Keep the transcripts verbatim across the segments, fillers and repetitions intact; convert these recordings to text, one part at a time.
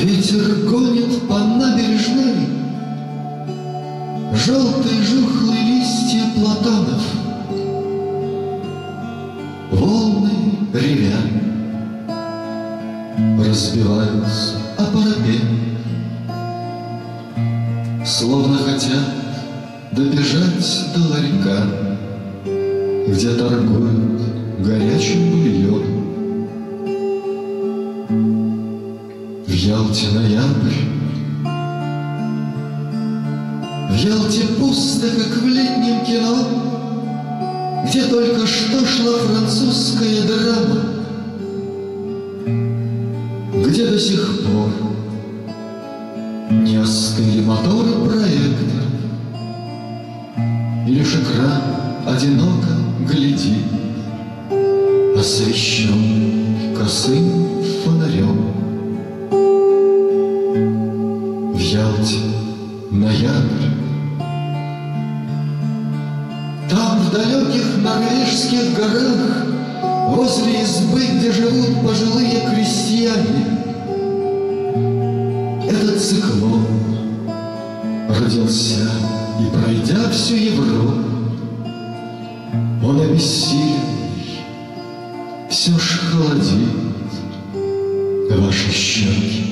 Ветер гонит по набережной желтые жухлые листья платанов. Волны, ревя, разбиваются о парапет, словно хотят добежать до ларька, где торгуют горячим бульоном. В Ялте ноябрь, в Ялте пусто, как в летнем кино, где только что шла французская драма, где до сих пор не остыли моторы проектора, и лишь экран одиноко глядит, освещен косым фонарем. В Ялте ноябрь. Там, в далеких норвежских горах, возле избы, где живут пожилые крестьяне, этот циклон родился, и, пройдя всю Европу, он обессиленный все ж холодит ваши щеки.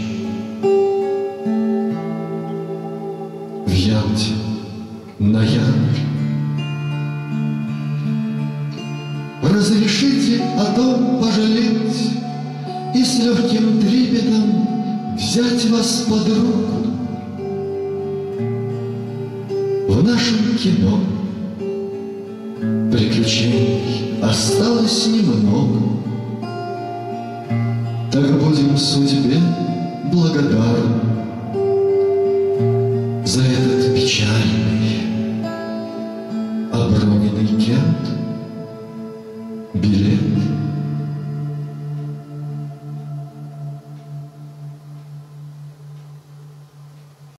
В Ялте ноябрь. Разрешите о том пожалеть и с легким трепетом взять вас под руку. В нашем кино приключений осталось немного. Так будем судьбе благодарны за этот печальный